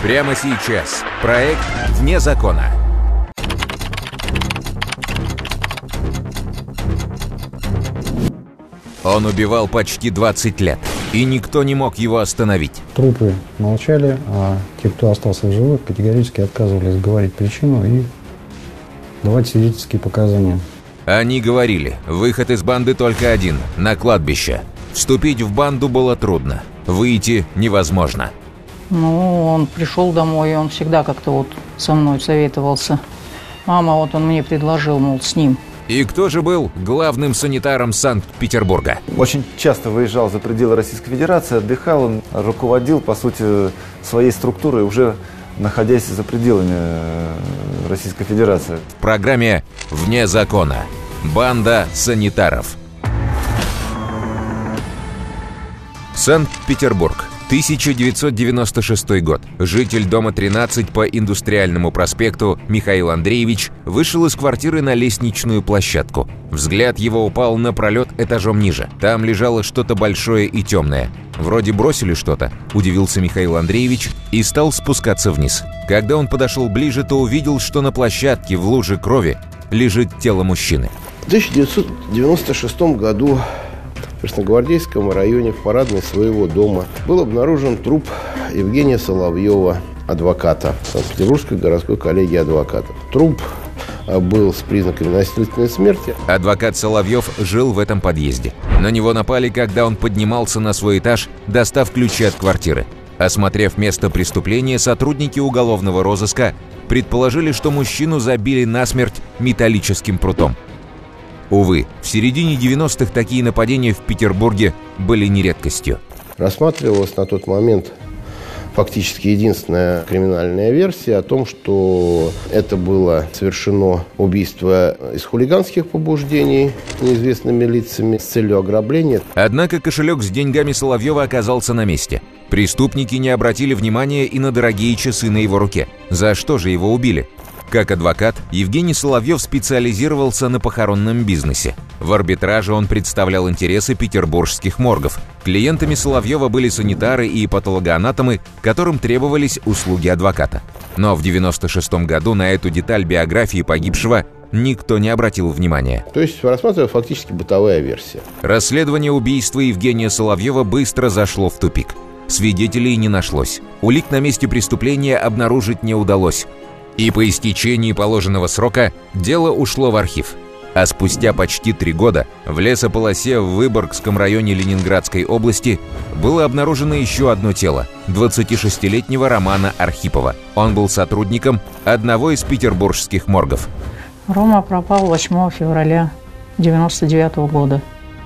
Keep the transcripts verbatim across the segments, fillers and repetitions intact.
Прямо сейчас. Проект «Вне закона». Он убивал почти двадцать лет, и никто не мог его остановить. Трупы молчали, а те, кто остался в живых, категорически отказывались говорить причину и давать свидетельские показания. Они говорили, выход из банды только один – на кладбище. Вступить в банду было трудно, выйти невозможно. Ну, он пришел домой, и он всегда как-то вот со мной советовался. Мама, вот он мне предложил, мол, с ним. И кто же был главным санитаром Санкт-Петербурга? Очень часто выезжал за пределы Российской Федерации, отдыхал, он руководил, по сути, своей структурой, уже находясь за пределами Российской Федерации. В программе «Вне закона». Банда санитаров. Санкт-Петербург. тысяча девятьсот девяносто шестой год. Житель дома тринадцать по Индустриальному проспекту Михаил Андреевич вышел из квартиры на лестничную площадку. Взгляд его упал на пролет этажом ниже. Там лежало что-то большое и темное. Вроде бросили что-то, удивился Михаил Андреевич и стал спускаться вниз. Когда он подошел ближе, то увидел, что на площадке в луже крови лежит тело мужчины. В тысяча девятьсот девяносто шестом году в Красногвардейском районе в парадной своего дома был обнаружен труп Евгения Соловьева, адвоката Санкт-Петербургской городской коллегии адвокатов. Труп был с признаками насильственной смерти. Адвокат Соловьев жил в этом подъезде. На него напали, когда он поднимался на свой этаж, достав ключи от квартиры. Осмотрев место преступления, сотрудники уголовного розыска предположили, что мужчину забили насмерть металлическим прутом. Увы, в середине девяностых такие нападения в Петербурге были не редкостью. Рассматривалась на тот момент фактически единственная криминальная версия о том, что это было совершено убийство из хулиганских побуждений неизвестными лицами с целью ограбления. Однако кошелек с деньгами Соловьева оказался на месте. Преступники не обратили внимания и на дорогие часы на его руке. За что же его убили? Как адвокат, Евгений Соловьев специализировался на похоронном бизнесе. В арбитраже он представлял интересы петербургских моргов. Клиентами Соловьева были санитары и патологоанатомы, которым требовались услуги адвоката. Но в девяносто шестом году на эту деталь биографии погибшего никто не обратил внимания. То есть рассматривалась фактически бытовая версия. Расследование убийства Евгения Соловьева быстро зашло в тупик. Свидетелей не нашлось. Улик на месте преступления обнаружить не удалось. И по истечении положенного срока дело ушло в архив. А спустя почти три года в лесополосе в Выборгском районе Ленинградской области было обнаружено еще одно тело – двадцатишестилетнего Романа Архипова. Он был сотрудником одного из петербургских моргов. Рома пропал восьмого февраля девяносто девятого года.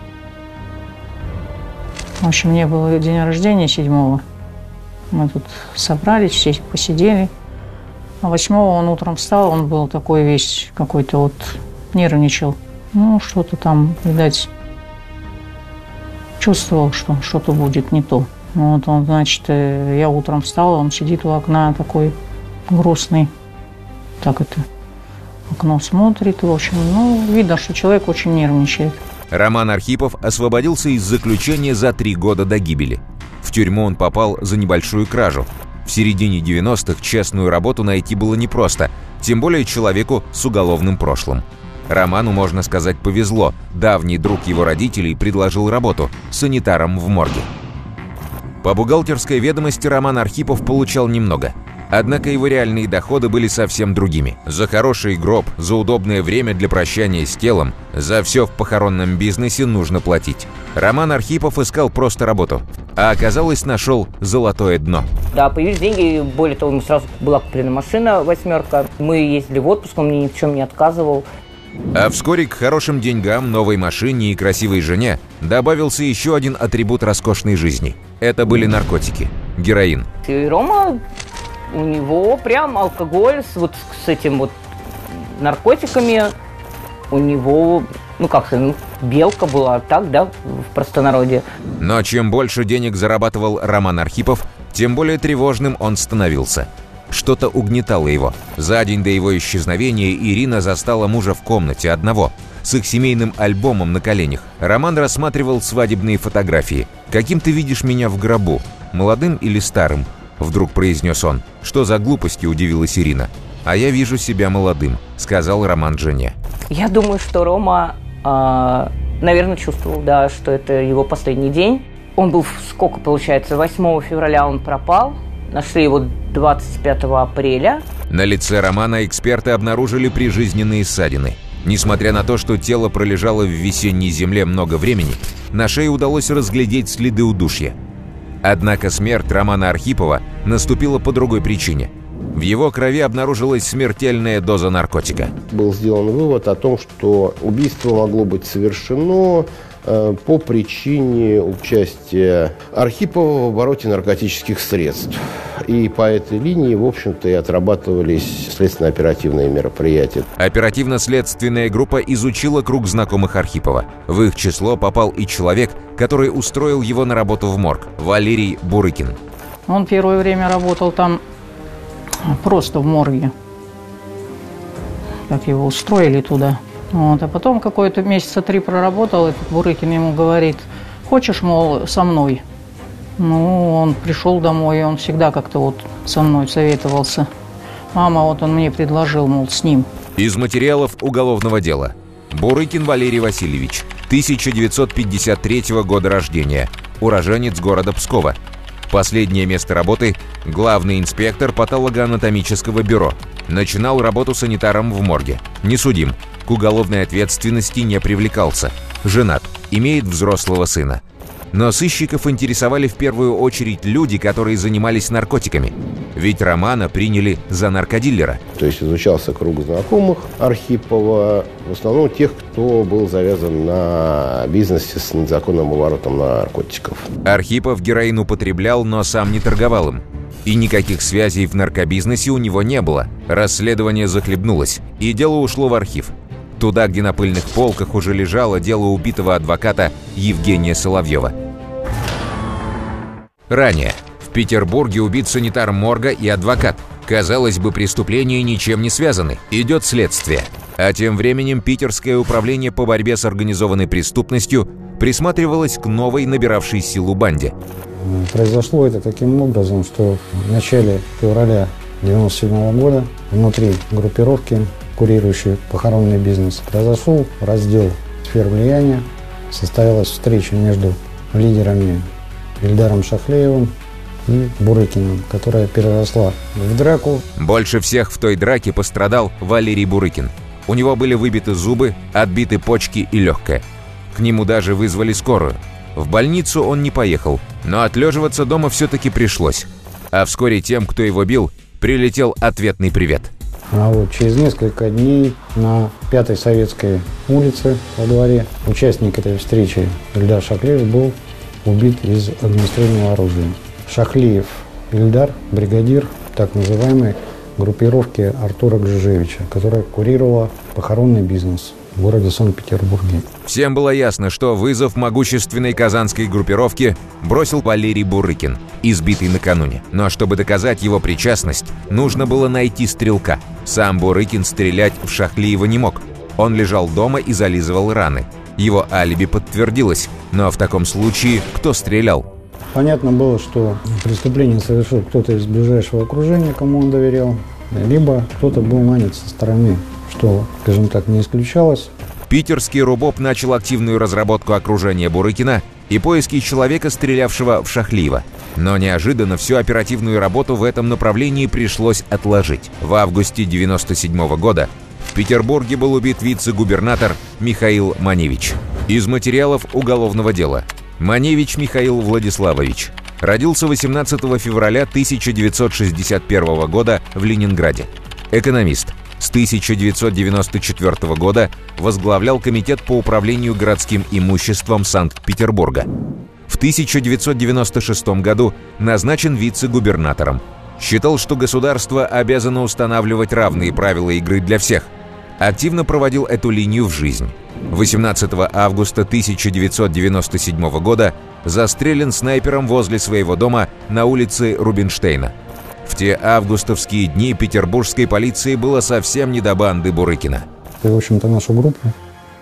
В общем, мне было день рождения седьмого. Мы тут собрались, все посидели. А восьмого он утром встал, он был такой весь какой-то вот, нервничал. Ну, что-то там, видать, чувствовал, что что-то будет не то. Вот он, значит, я утром встал, он сидит у окна такой грустный. Так это, окно смотрит, в общем, ну, видно, что человек очень нервничает. Роман Архипов освободился из заключения за три года до гибели. В тюрьму он попал за небольшую кражу. В середине девяностых частную работу найти было непросто, тем более человеку с уголовным прошлым. Роману, можно сказать, повезло. Давний друг его родителей предложил работу санитаром в морге. По бухгалтерской ведомости Роман Архипов получал немного. Однако его реальные доходы были совсем другими. За хороший гроб, за удобное время для прощания с телом, за все в похоронном бизнесе нужно платить. Роман Архипов искал просто работу, а оказалось, нашел золотое дно. Да, появились деньги, более того, ему сразу была куплена машина «восьмерка». Мы ездили в отпуск, он мне ни в чем не отказывал. А вскоре к хорошим деньгам, новой машине и красивой жене добавился еще один атрибут роскошной жизни. Это были наркотики – героин. И Рома, у него прям алкоголь с, вот, с этим вот наркотиками, у него, ну как сказать, ну, белка была, так, да, в простонародье. Но чем больше денег зарабатывал Роман Архипов, тем более тревожным он становился. Что-то угнетало его. За день до его исчезновения Ирина застала мужа в комнате одного, с их семейным альбомом на коленях. Роман рассматривал свадебные фотографии. «Каким ты видишь меня в гробу? Молодым или старым?» вдруг произнес он. «Что за глупости?» – удивилась Ирина. «А я вижу себя молодым», – сказал Роман жене. Я думаю, что Рома, э, наверное, чувствовал, да, что это его последний день. Он был, сколько получается, восьмого февраля он пропал. Нашли его двадцать пятого апреля. На лице Романа эксперты обнаружили прижизненные ссадины. Несмотря на то, что тело пролежало в весенней земле много времени, на шее удалось разглядеть следы удушья. Однако смерть Романа Архипова наступила по другой причине. В его крови обнаружилась смертельная доза наркотика. Был сделан вывод о том, что убийство могло быть совершено э, по причине участия Архипова в обороте наркотических средств. И по этой линии, в общем-то, и отрабатывались следственно-оперативные мероприятия. Оперативно-следственная группа изучила круг знакомых Архипова. В их число попал и человек, который устроил его на работу в морг – Валерий Бурыкин. Он первое время работал там просто в морге. Как его устроили туда. Вот. А потом какое-то месяца три проработал, этот Бурыкин ему говорит: «Хочешь, мол, со мной?» Ну, он пришел домой, и он всегда как-то вот со мной советовался. Мама, вот он мне предложил, мол, с ним. Из материалов уголовного дела. Бурыкин Валерий Васильевич, тысяча девятьсот пятьдесят третьего года рождения, уроженец города Пскова. Последнее место работы – главный инспектор патологоанатомического бюро. Начинал работу санитаром в морге. Не судим, к уголовной ответственности не привлекался. Женат, имеет взрослого сына. Но сыщиков интересовали в первую очередь люди, которые занимались наркотиками. Ведь Романа приняли за наркодилера. То есть изучался круг знакомых Архипова, в основном тех, кто был завязан на бизнесе с незаконным оборотом наркотиков. Архипов героин употреблял, но сам не торговал им. И никаких связей в наркобизнесе у него не было. Расследование захлебнулось, и дело ушло в архив. Туда, где на пыльных полках уже лежало дело убитого адвоката Евгения Соловьева. Ранее в Петербурге убит санитар морга и адвокат. Казалось бы, преступления ничем не связаны. Идет следствие. А тем временем Питерское управление по борьбе с организованной преступностью присматривалось к новой набиравшей силу банде. Произошло это таким образом, что в начале февраля девяносто седьмого года внутри группировки, курирующий похоронный бизнес, произошел раздел сфер влияния. Состоялась встреча между лидерами Ильдаром Шахлеевым и Бурыкиным, которая переросла в драку. Больше всех в той драке пострадал Валерий Бурыкин. У него были выбиты зубы, отбиты почки и легкое. К нему даже вызвали скорую. В больницу он не поехал, но отлеживаться дома все-таки пришлось. А вскоре тем, кто его бил, прилетел ответный привет. А вот через несколько дней на Пятой Советской улице во дворе участник этой встречи Ильдар Шахлеев был убит из огнестрельного оружия. Шахлеев Ильдар, бригадир так называемой группировки Артура Гжижевича, которая курировала похоронный бизнес в городе Санкт-Петербурге. Всем было ясно, что вызов могущественной казанской группировки бросил Валерий Бурыкин, избитый накануне. Но чтобы доказать его причастность, нужно было найти стрелка. Сам Бурыкин стрелять в Шахлеева не мог. Он лежал дома и зализывал раны. Его алиби подтвердилось, но в таком случае кто стрелял? Понятно было, что преступление совершил кто-то из ближайшего окружения, кому он доверял, либо кто-то был нанят со стороны, что, скажем так, не исключалось. Питерский РУБОП начал активную разработку окружения Бурыкина и поиски человека, стрелявшего в Шахлеева. Но неожиданно всю оперативную работу в этом направлении пришлось отложить. В августе девяносто седьмого года в Петербурге был убит вице-губернатор Михаил Маневич. Из материалов уголовного дела. Маневич Михаил Владиславович. Родился восемнадцатого февраля тысяча девятьсот шестьдесят первого года в Ленинграде. Экономист. С тысяча девятьсот девяносто четвёртого года возглавлял комитет по управлению городским имуществом Санкт-Петербурга. В тысяча девятьсот девяносто шестом году назначен вице-губернатором. Считал, что государство обязано устанавливать равные правила игры для всех. Активно проводил эту линию в жизнь. восемнадцатого августа тысяча девятьсот девяносто седьмого года застрелен снайпером возле своего дома на улице Рубинштейна. В те августовские дни петербургской полиции было совсем не до банды Бурыкина. И, в общем-то, нашу группу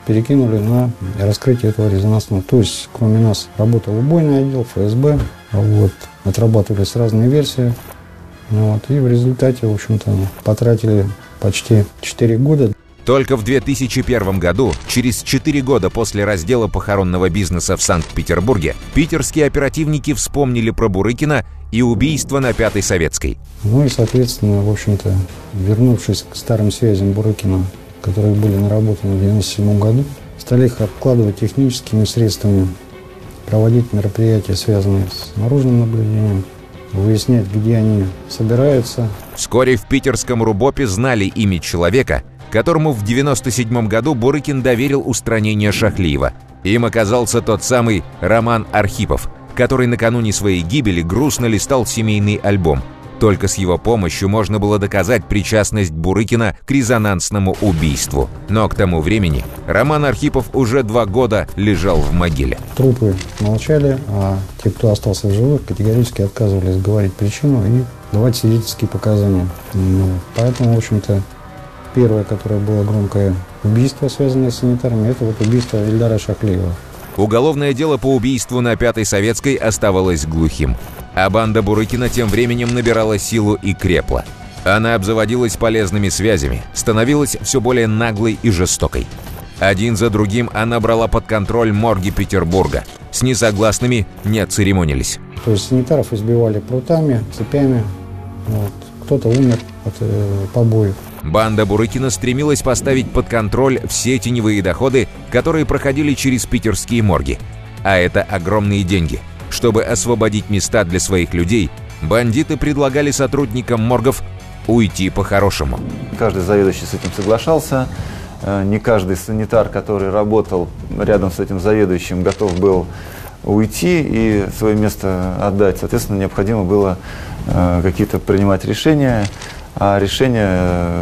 перекинули на раскрытие этого резонансного. То есть, кроме нас, работал убойный отдел, эф эс бэ, вот, отрабатывались разные версии. Вот, и в результате, в общем-то, потратили почти четыре года. Только в две тысячи первом году, через четыре года после раздела похоронного бизнеса в Санкт-Петербурге, питерские оперативники вспомнили про Бурыкина и убийство на Пятой Советской. Ну и, соответственно, в общем-то, вернувшись к старым связям Бурыкина, которые были наработаны в девяносто седьмом году, стали их обкладывать техническими средствами, проводить мероприятия, связанные с наружным наблюдением, выяснять, где они собираются. Вскоре в питерском РУБОПе знали имя человека, которому в девяносто седьмом году Бурыкин доверил устранение Шахлиева. Им оказался тот самый Роман Архипов, который накануне своей гибели грустно листал семейный альбом. Только с его помощью можно было доказать причастность Бурыкина к резонансному убийству. Но к тому времени Роман Архипов уже два года лежал в могиле. Трупы молчали, а те, кто остался в живых, категорически отказывались говорить причину и давать свидетельские показания. Ну, поэтому, в общем-то, первое, которое было громкое убийство, связанное с санитарами, это вот убийство Ильдара Шахлиева. Уголовное дело по убийству на Пятой Советской оставалось глухим. А банда Бурыкина тем временем набирала силу и крепла. Она обзаводилась полезными связями, становилась все более наглой и жестокой. Один за другим она брала под контроль морги Петербурга. С несогласными не церемонились. То есть санитаров избивали прутами, цепями. Вот. Кто-то умер от э, побоев. Банда Бурыкина стремилась поставить под контроль все теневые доходы, которые проходили через питерские морги. А это огромные деньги. Чтобы освободить места для своих людей, бандиты предлагали сотрудникам моргов уйти по-хорошему. Каждый заведующий с этим соглашался. Не каждый санитар, который работал рядом с этим заведующим, готов был уйти и свое место отдать. Соответственно, необходимо было какие-то принимать решения. А решения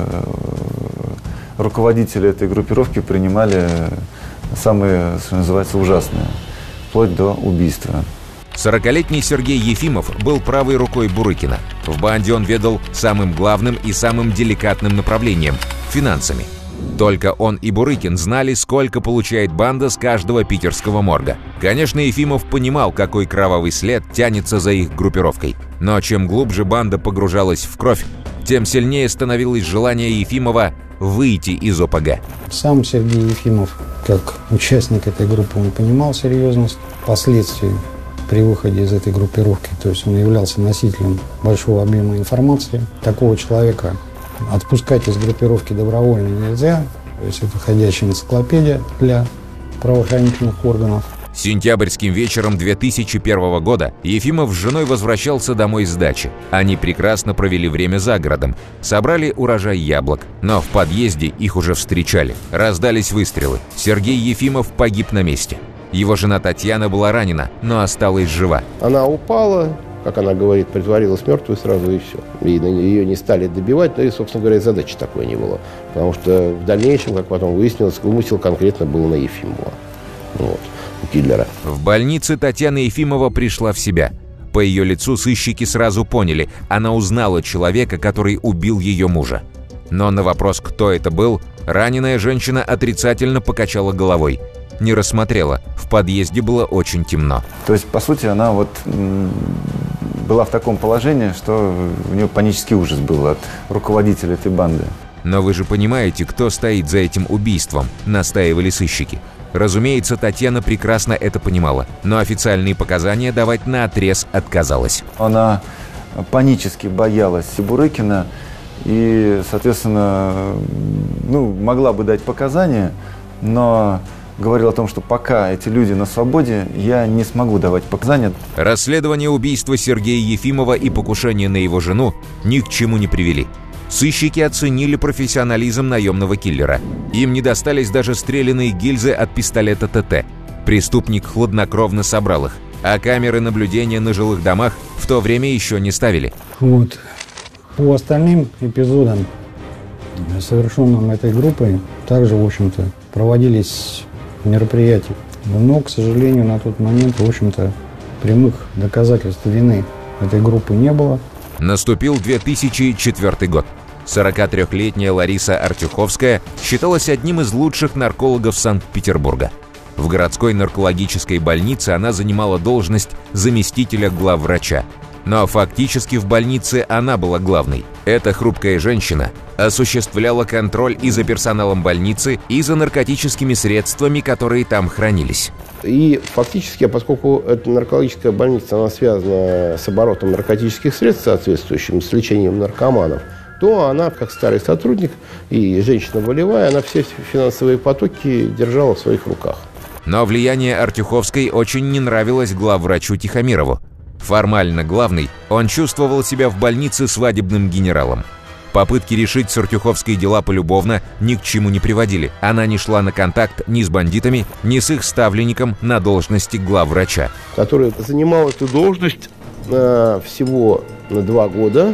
руководители этой группировки принимали самые, что называется, ужасные, вплоть до убийства. сорокалетний Сергей Ефимов был правой рукой Бурыкина. В банде он ведал самым главным и самым деликатным направлением – финансами. Только он и Бурыкин знали, сколько получает банда с каждого питерского морга. Конечно, Ефимов понимал, какой кровавый след тянется за их группировкой. Но чем глубже банда погружалась в кровь, тем сильнее становилось желание Ефимова выйти из о пэ гэ. Сам Сергей Ефимов, как участник этой группы, он понимал серьезность последствий при выходе из этой группировки. То есть он являлся носителем большого объема информации. Такого человека отпускать из группировки добровольно нельзя. То есть это ходячая энциклопедия для правоохранительных органов. Сентябрьским вечером две тысячи первого года Ефимов с женой возвращался домой с дачи. Они прекрасно провели время за городом, собрали урожай яблок, но в подъезде их уже встречали. Раздались выстрелы. Сергей Ефимов погиб на месте. Его жена Татьяна была ранена, но осталась жива. Она упала, как она говорит, притворилась мертвой сразу и все. И ее не стали добивать, но и, собственно говоря, задачи такой не было. Потому что в дальнейшем, как потом выяснилось, умысел конкретно был на Ефимова. Вот. Киллера. В больнице Татьяна Ефимова пришла в себя. По ее лицу сыщики сразу поняли, она узнала человека, который убил ее мужа. Но на вопрос, кто это был, раненая женщина отрицательно покачала головой. Не рассмотрела, в подъезде было очень темно. То есть, по сути, она вот была в таком положении, что у нее панический ужас был от руководителя этой банды. Но вы же понимаете, кто стоит за этим убийством, настаивали сыщики. Разумеется, Татьяна прекрасно это понимала, но официальные показания давать наотрез отказалась. Она панически боялась Бурыкина и, соответственно, ну, могла бы дать показания, но говорила о том, что пока эти люди на свободе, я не смогу давать показания. Расследование убийства Сергея Ефимова и покушения на его жену ни к чему не привели. Сыщики оценили профессионализм наемного киллера. Им не достались даже стрелянные гильзы от пистолета тэ тэ. Преступник хладнокровно собрал их, а камеры наблюдения на жилых домах в то время еще не ставили. Вот. По остальным эпизодам, совершенным этой группой, также, в общем-то, проводились мероприятия. Но, к сожалению, на тот момент, в общем-то, прямых доказательств вины этой группы не было. Наступил две тысячи четвёртый год. сорокатрёхлетняя Лариса Артюховская считалась одним из лучших наркологов Санкт-Петербурга. В городской наркологической больнице она занимала должность заместителя главврача. Но фактически в больнице она была главной. Эта хрупкая женщина осуществляла контроль и за персоналом больницы, и за наркотическими средствами, которые там хранились. И фактически, поскольку эта наркологическая больница, она связана с оборотом наркотических средств соответствующим, с лечением наркоманов, то она, как старый сотрудник и женщина волевая, она все финансовые потоки держала в своих руках. Но влияние Артюховской очень не нравилось главврачу Тихомирову. Формально главный, он чувствовал себя в больнице свадебным генералом. Попытки решить с Артюховской дела полюбовно ни к чему не приводили. Она не шла на контакт ни с бандитами, ни с их ставленником на должности главврача. Который занимал эту должность э, всего на два года.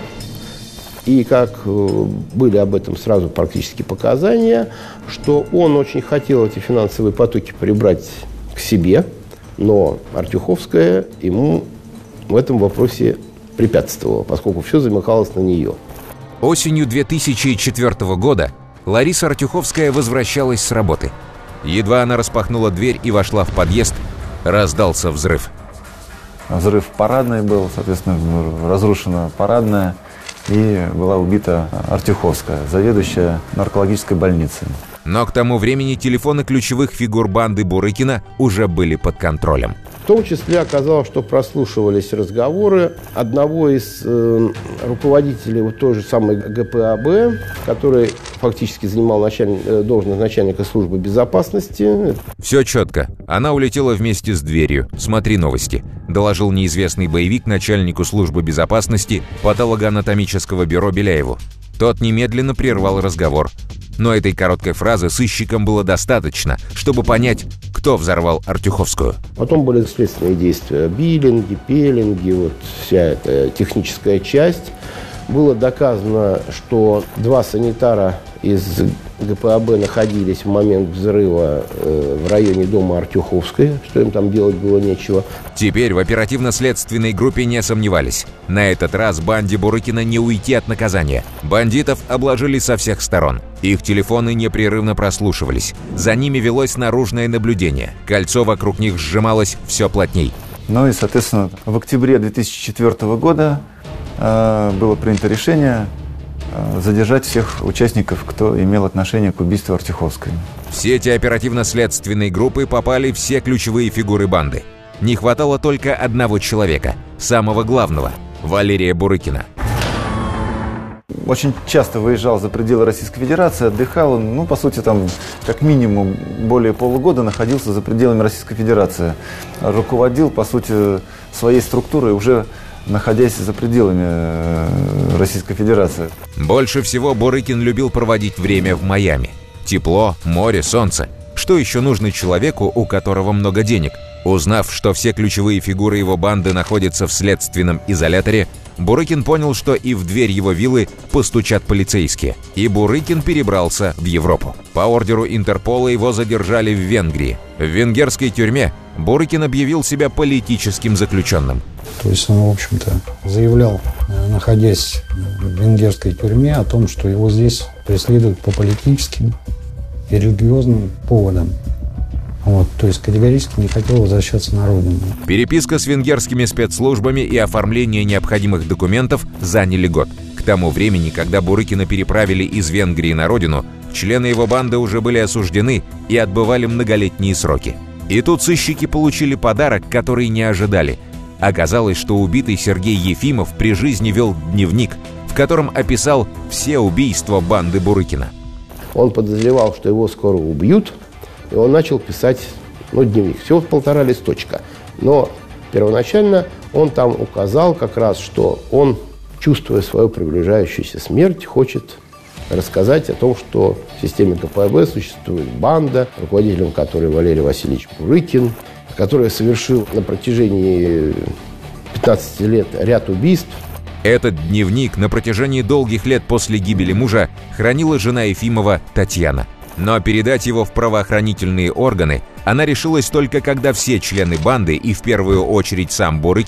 И как э, были об этом сразу практически показания, что он очень хотел эти финансовые потоки прибрать к себе, но Артюховская ему в этом вопросе препятствовала, поскольку все замыкалось на нее. Осенью две тысячи четвёртого года Лариса Артюховская возвращалась с работы. Едва она распахнула дверь и вошла в подъезд, раздался взрыв. Взрыв в парадной был, соответственно, разрушена парадная, и была убита Артюховская, заведующая наркологической больницей. Но к тому времени телефоны ключевых фигур банды Бурыкина уже были под контролем. В том числе оказалось, что прослушивались разговоры одного из э, руководителей вот той же самой ГПАБ, который фактически занимал началь... должность начальника службы безопасности. Все четко. Она улетела вместе с дверью. Смотри новости. Доложил неизвестный боевик начальнику службы безопасности патологоанатомического бюро Беляеву. Тот немедленно прервал разговор. Но этой короткой фразы сыщикам было достаточно, чтобы понять, кто взорвал Артюховскую. Потом были следственные действия, биллинги, пеллинги, вот вся эта техническая часть. Было доказано, что два санитара из ГПАБ находились в момент взрыва э, в районе дома Артюховской, что им там делать было нечего. Теперь в оперативно-следственной группе не сомневались. На этот раз банде Бурыкина не уйти от наказания. Бандитов обложили со всех сторон. Их телефоны непрерывно прослушивались. За ними велось наружное наблюдение. Кольцо вокруг них сжималось все плотней. Ну и, соответственно, в октябре две тысячи четвёртого года э, было принято решение задержать всех участников, кто имел отношение к убийству Артюховской. В сети оперативно-следственной группы попали все ключевые фигуры банды. Не хватало только одного человека, самого главного – Валерия Бурыкина. Очень часто выезжал за пределы Российской Федерации, отдыхал. Он, ну, по сути, там, как минимум, более полугода находился за пределами Российской Федерации. Руководил, по сути, своей структурой уже находясь за пределами Российской Федерации. Больше всего Бурыкин любил проводить время в Майами. Тепло, море, солнце. Что еще нужно человеку, у которого много денег? Узнав, что все ключевые фигуры его банды находятся в следственном изоляторе, Бурыкин понял, что и в дверь его виллы постучат полицейские. И Бурыкин перебрался в Европу. По ордеру Интерпола его задержали в Венгрии. В венгерской тюрьме Бурыкин объявил себя политическим заключенным. То есть он, в общем-то, заявлял, находясь в венгерской тюрьме, о том, что его здесь преследуют по политическим и религиозным поводам. Вот, то есть категорически не хотел возвращаться на родину. Переписка с венгерскими спецслужбами и оформление необходимых документов заняли год. К тому времени, когда Бурыкина переправили из Венгрии на родину, члены его банды уже были осуждены и отбывали многолетние сроки. И тут сыщики получили подарок, который не ожидали. Оказалось, что убитый Сергей Ефимов при жизни вел дневник, в котором описал все убийства банды Бурыкина. Он подозревал, что его скоро убьют, и он начал писать, ну, дневник. Всего полтора листочка. Но первоначально он там указал как раз, что он, чувствуя свою приближающуюся смерть, хочет рассказать о том, что в системе КПБ существует банда, руководителем которой Валерий Васильевич Бурыкин, который совершил на протяжении пятнадцати лет ряд убийств. Этот дневник на протяжении долгих лет после гибели мужа хранила жена Ефимова Татьяна. Но передать его в правоохранительные органы она решилась только когда все члены банды, и в первую очередь сам Бурыкин,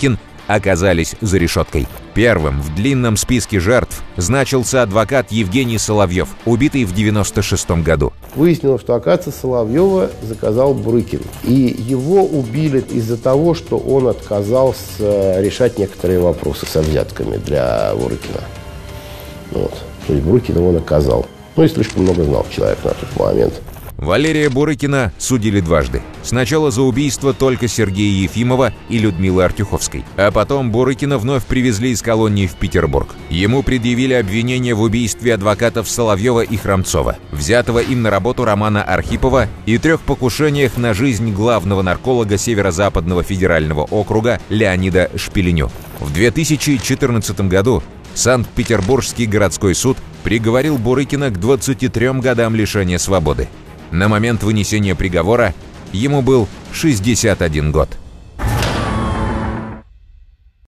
оказались за решеткой. Первым в длинном списке жертв значился адвокат Евгений Соловьев, убитый в девяносто шестом году. Выяснилось, что, оказывается, Соловьева заказал Бурыкин. И его убили из-за того, что он отказался решать некоторые вопросы со взятками для Бурыкина. Вот. То есть Бурыкин его наказал. Ну и слишком много знал человек на тот момент. Валерия Бурыкина судили дважды. Сначала за убийство только Сергея Ефимова и Людмилы Артюховской. А потом Бурыкина вновь привезли из колонии в Петербург. Ему предъявили обвинение в убийстве адвокатов Соловьева и Храмцова, взятого им на работу Романа Архипова и трех покушениях на жизнь главного нарколога Северо-Западного федерального округа Леонида Шпилиню. В две тысячи четырнадцатом году Санкт-Петербургский городской суд приговорил Бурыкина к двадцати трём годам лишения свободы. На момент вынесения приговора ему был шестьдесят один год.